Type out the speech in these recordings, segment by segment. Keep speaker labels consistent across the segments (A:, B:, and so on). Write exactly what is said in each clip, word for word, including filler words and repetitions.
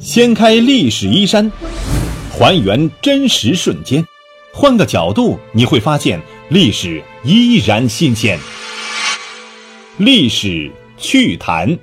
A: 掀开历史衣衫，还原真实瞬间，换个角度你会发现历史依然新鲜。历史趣谈。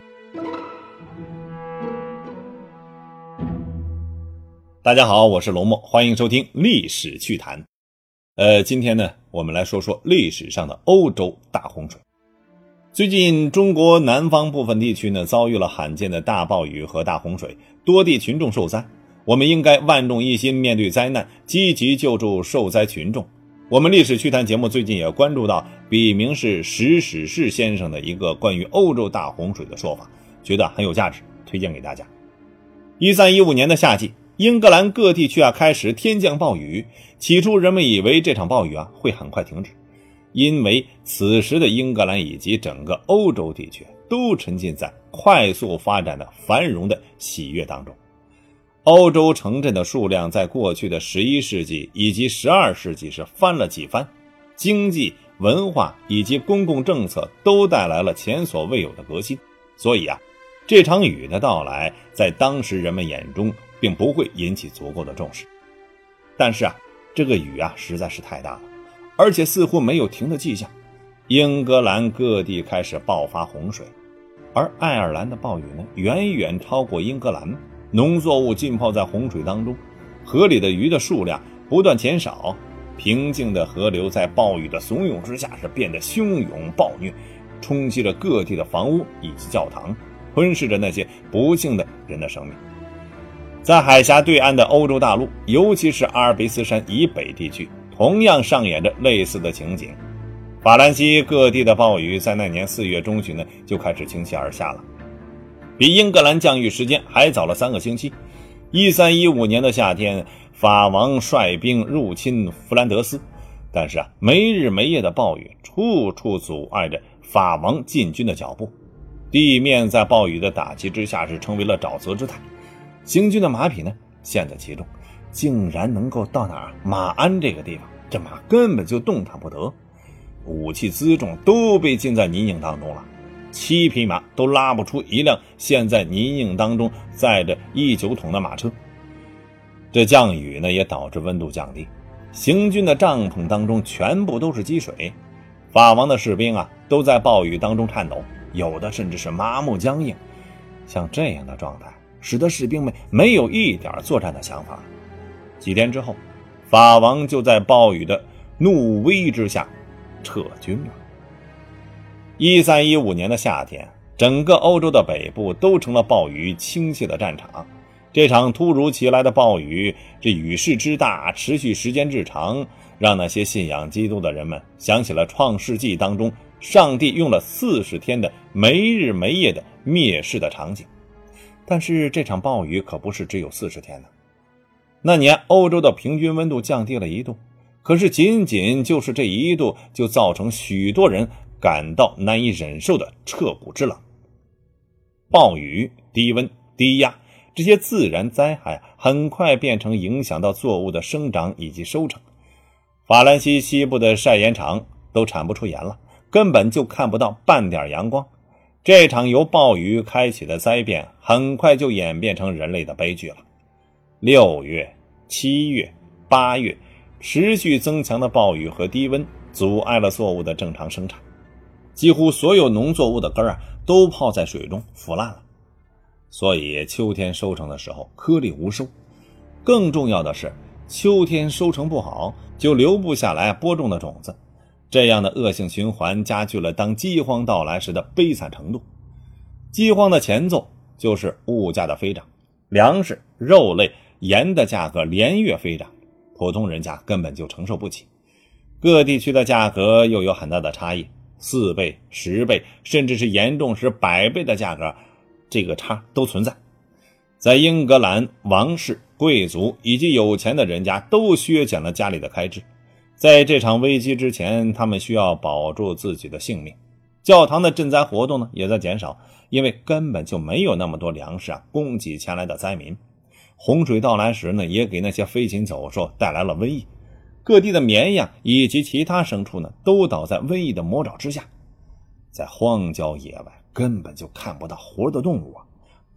A: 大家好，我是龙墨，欢迎收听历史趣谈。呃，今天呢，我们来说说历史上的欧洲大洪水。最近中国南方部分地区呢，遭遇了罕见的大暴雨和大洪水，多地群众受灾。我们应该万众一心面对灾难，积极救助受灾群众。我们历史趣谈节目最近也关注到笔名是石史士先生的一个关于欧洲大洪水的说法，觉得很有价值，推荐给大家。一三一五年的夏季，英格兰各地区啊开始天降暴雨，起初人们以为这场暴雨啊会很快停止，因为此时的英格兰以及整个欧洲地区都沉浸在快速发展的繁荣的喜悦当中。欧洲城镇的数量在过去的十一世纪以及十二世纪是翻了几番，经济、文化以及公共政策都带来了前所未有的革新。所以啊，这场雨的到来在当时人们眼中并不会引起足够的重视。但是啊，这个雨啊实在是太大了，而且似乎没有停的迹象。英格兰各地开始爆发洪水，而爱尔兰的暴雨呢，远远超过英格兰。农作物浸泡在洪水当中，河里的鱼的数量不断减少，平静的河流在暴雨的怂恿之下是变得汹涌暴虐，冲击着各地的房屋以及教堂，吞噬着那些不幸的人的生命。在海峡对岸的欧洲大陆，尤其是阿尔卑斯山以北地区，同样上演着类似的情景。法兰西各地的暴雨在那年四月中旬呢就开始倾泻而下了，比英格兰降雨时间还早了三个星期。一三一五年的夏天，法王率兵入侵弗兰德斯，但是啊，没日没夜的暴雨处处阻碍着法王进军的脚步，地面在暴雨的打击之下是成为了沼泽之态。行军的马匹呢陷在其中，竟然能够到哪儿马鞍这个地方，这马根本就动弹不得，武器辎重都被浸在泥泞当中了，七匹马都拉不出一辆陷在泥泞当中载着一酒桶的马车。这降雨呢也导致温度降低，行军的帐篷当中全部都是积水，法王的士兵啊都在暴雨当中颤抖，有的甚至是麻木僵硬。像这样的状态使得士兵们没有一点作战的想法。几天之后，法王就在暴雨的怒威之下撤军了。一三一五年的夏天，整个欧洲的北部都成了暴雨倾泻的战场。这场突如其来的暴雨，这雨势之大，持续时间之长，让那些信仰基督的人们想起了创世纪当中上帝用了四十天的没日没夜的灭世的场景。但是这场暴雨可不是只有四十天呢。那年欧洲的平均温度降低了一度，可是仅仅就是这一度就造成许多人感到难以忍受的彻骨之冷。暴雨、低温、低压这些自然灾害很快变成影响到作物的生长以及收成。法兰西西部的晒盐场都产不出盐了，根本就看不到半点阳光。这场由暴雨开启的灾变很快就演变成人类的悲剧了。六月、七月、八月持续增强的暴雨和低温阻碍了作物的正常生产，几乎所有农作物的根啊都泡在水中腐烂了，所以秋天收成的时候颗粒无收。更重要的是，秋天收成不好就留不下来播种的种子，这样的恶性循环加剧了当饥荒到来时的悲惨程度。饥荒的前奏就是物价的飞涨，粮食、肉类、盐的价格连月飞涨，普通人家根本就承受不起。各地区的价格又有很大的差异，四倍、十倍，甚至是严重时百倍的价格，这个差都存在。在英格兰，王室、贵族以及有钱的人家都削减了家里的开支。在这场危机之前，他们需要保住自己的性命。教堂的赈灾活动呢也在减少，因为根本就没有那么多粮食啊供给前来的灾民。洪水到来时呢，也给那些飞禽走兽带来了瘟疫。各地的绵羊以及其他牲畜呢都倒在瘟疫的魔爪之下。在荒郊野外根本就看不到活的动物啊，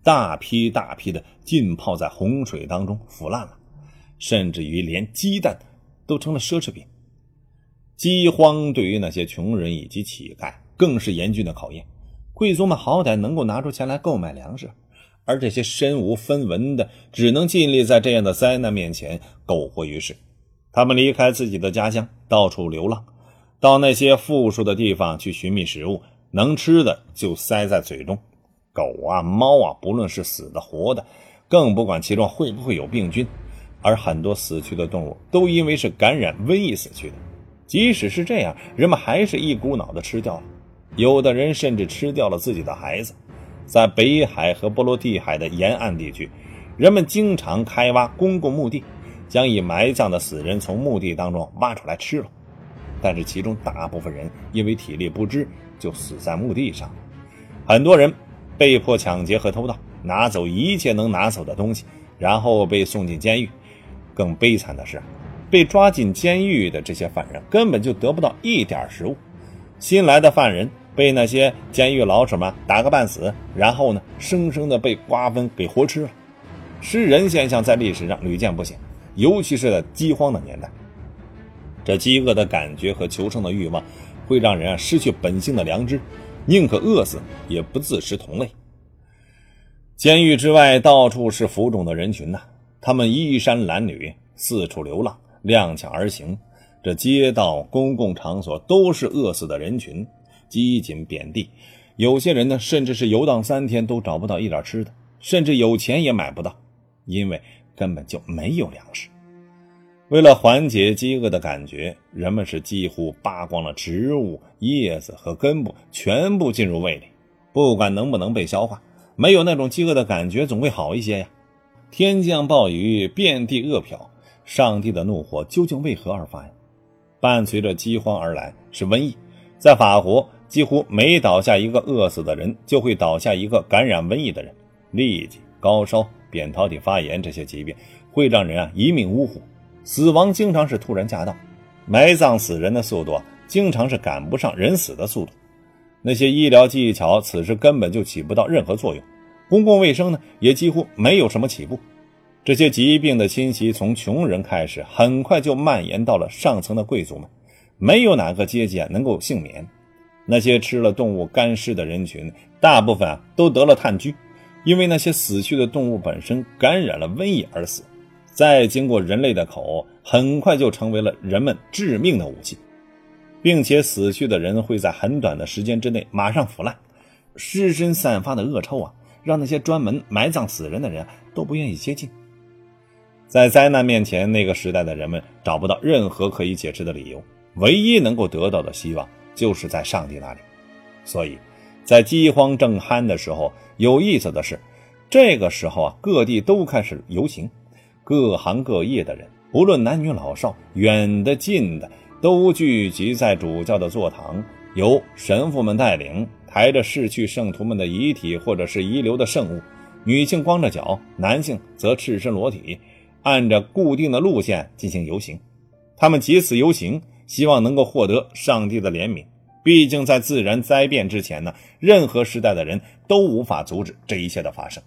A: 大批大批的浸泡在洪水当中腐烂了，甚至于连鸡蛋都成了奢侈品。饥荒对于那些穷人以及乞丐更是严峻的考验，贵族们好歹能够拿出钱来购买粮食，而这些身无分文的只能尽力在这样的灾难面前苟活于世。他们离开自己的家乡，到处流浪，到那些富庶的地方去寻觅食物，能吃的就塞在嘴中。狗啊猫啊，不论是死的活的，更不管其中会不会有病菌，而很多死去的动物都因为是感染瘟疫死去的。即使是这样，人们还是一股脑的吃掉了，有的人甚至吃掉了自己的孩子。在北海和波罗的海的沿岸地区，人们经常开挖公共墓地，将已埋葬的死人从墓地当中挖出来吃了。但是其中大部分人因为体力不支就死在墓地上，很多人被迫抢劫和偷盗，拿走一切能拿走的东西，然后被送进监狱。更悲惨的是，被抓进监狱的这些犯人根本就得不到一点食物，新来的犯人被那些监狱老手们打个半死，然后呢生生的被瓜分给活吃了。吃人现象在历史上屡见不鲜，尤其是在饥荒的年代。这饥饿的感觉和求生的欲望会让人啊失去本性的良知，宁可饿死也不自食同类。监狱之外到处是浮肿的人群呐、啊，他们衣衫褴褛，四处流浪，踉跄而行。这街道公共场所都是饿死的人群，饥馑遍地。有些人呢甚至是游荡三天都找不到一点吃的，甚至有钱也买不到，因为根本就没有粮食。为了缓解饥饿的感觉，人们是几乎扒光了植物、叶子和根部，全部进入胃里，不管能不能被消化，没有那种饥饿的感觉总会好一些呀。天降暴雨，遍地饿殍，上帝的怒火究竟为何而发呀？伴随着饥荒而来是瘟疫。在法国，几乎每倒下一个饿死的人，就会倒下一个感染瘟疫的人。痢疾、高烧、扁桃体发炎这些疾病会让人啊一命呜呼，死亡经常是突然驾到，埋葬死人的速度啊经常是赶不上人死的速度。那些医疗技巧此时根本就起不到任何作用，公共卫生呢也几乎没有什么起步。这些疾病的侵袭从穷人开始，很快就蔓延到了上层的贵族们，没有哪个阶级能够幸免。那些吃了动物干尸的人群，大部分啊都得了炭疽，因为那些死去的动物本身感染了瘟疫而死，再经过人类的口，很快就成为了人们致命的武器，并且死去的人会在很短的时间之内马上腐烂，尸身散发的恶臭啊，让那些专门埋葬死人的人都不愿意接近。在灾难面前，那个时代的人们找不到任何可以解释的理由，唯一能够得到的希望就是在上帝那里。所以在饥荒正酣的时候，有意思的是，这个时候啊，各地都开始游行，各行各业的人，不论男女老少，远的近的，都聚集在主教的座堂，由神父们带领，抬着逝去圣徒们的遗体或者是遗留的圣物，女性光着脚，男性则赤身裸体，按着固定的路线进行游行。他们藉此游行，希望能够获得上帝的怜悯。毕竟在自然灾变之前呢，任何时代的人都无法阻止这一切的发生。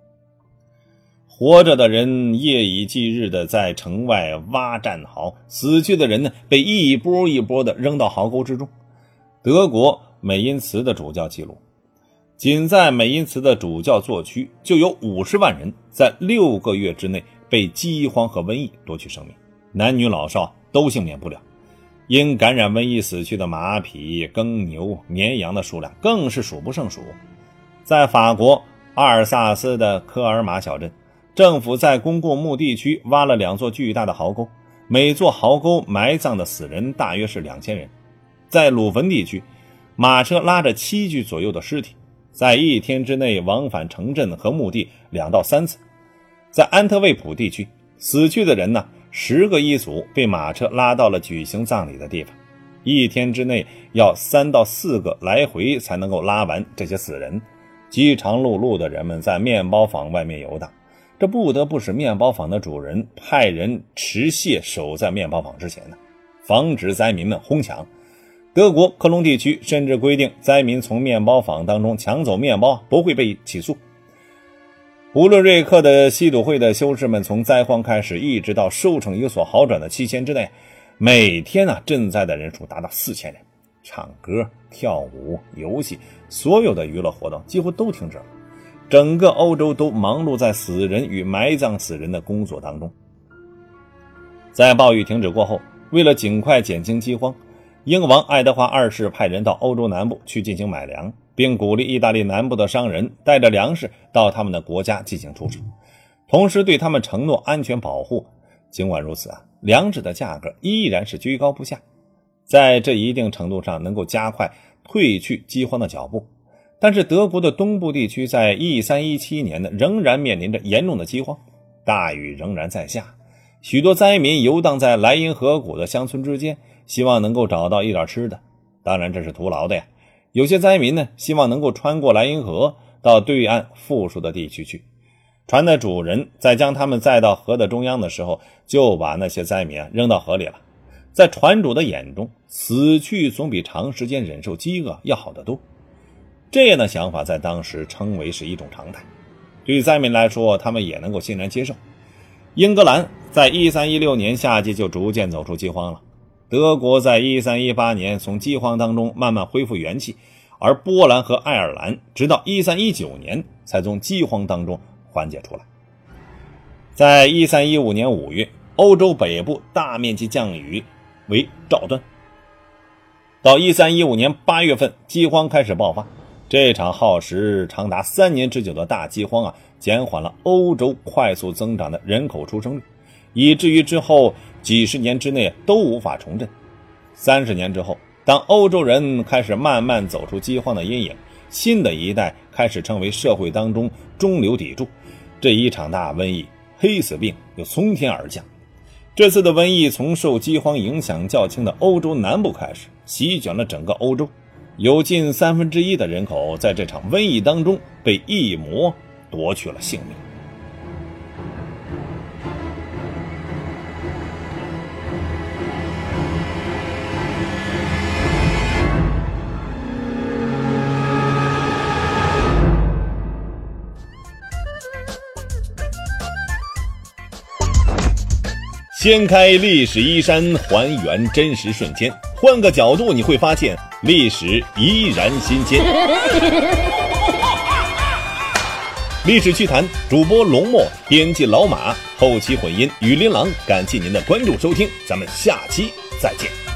A: 活着的人夜以继日的在城外挖战壕，死去的人呢，被一波一波的扔到壕沟之中。德国美因茨的主教记录，仅在美因茨的主教座区就有五十万人在六个月之内被饥荒和瘟疫夺去生命，男女老少都幸免不了。因感染瘟疫死去的马匹、耕牛、绵羊的数量更是数不胜数。在法国阿尔萨斯的科尔马小镇，政府在公共墓地区挖了两座巨大的壕沟，每座壕沟埋葬的死人大约是两千人。在鲁汾地区，马车拉着七具左右的尸体，在一天之内往返城镇和墓地两到三次。在安特卫普地区，死去的人呢，十个一组被马车拉到了举行葬礼的地方，一天之内要三到四个来回才能够拉完这些死人。饥肠辘辘的人们在面包坊外面游荡，这不得不使面包坊的主人派人持械守在面包坊之前呢，防止灾民们哄抢。德国科隆地区甚至规定，灾民从面包坊当中抢走面包不会被起诉。 无论瑞克的西主会的修士们从灾荒开始一直到收成有所好转的期间之内，每天啊赈灾的人数达到四千人，唱歌、跳舞、游戏，所有的娱乐活动几乎都停止了。整个欧洲都忙碌在死人与埋葬死人的工作当中。在暴雨停止过后，为了尽快减轻饥荒，英王爱德华二世派人到欧洲南部去进行买粮，并鼓励意大利南部的商人带着粮食到他们的国家进行出售，同时对他们承诺安全保护。尽管如此啊，粮食的价格依然是居高不下，在这一定程度上能够加快退去饥荒的脚步。但是德国的东部地区在一三一七年呢，仍然面临着严重的饥荒，大雨仍然在下，许多灾民游荡在莱茵河谷的乡村之间，希望能够找到一点吃的。当然这是徒劳的呀，有些灾民呢，希望能够穿过莱茵河到对岸富庶的地区去。船的主人在将他们载到河的中央的时候，就把那些灾民啊扔到河里了。在船主的眼中，死去总比长时间忍受饥饿要好得多。这样的想法在当时称为是一种常态，对于灾民来说，他们也能够欣然接受。英格兰在一三一六年夏季就逐渐走出饥荒了，德国在一三一八年从饥荒当中慢慢恢复元气，而波兰和爱尔兰直到一三一九年才从饥荒当中缓解出来。在一三一五年五月，欧洲北部大面积降雨为兆端，到一三一五年八月份，饥荒开始爆发。这场耗时长达三年之久的大饥荒啊，减缓了欧洲快速增长的人口出生率，以至于之后几十年之内都无法重振。三十年之后，当欧洲人开始慢慢走出饥荒的阴影，新的一代开始成为社会当中中流砥柱，这一场大瘟疫黑死病又从天而降。这次的瘟疫从受饥荒影响较轻的欧洲南部开始，席卷了整个欧洲，有近三分之一的人口在这场瘟疫当中被疫魔夺去了性命。掀开历史衣衫，还原真实瞬间，换个角度你会发现历史依然新鲜。历史趣谈，主播龙墨，编辑老马，后期混音于琳琅，感谢您的关注收听，咱们下期再见。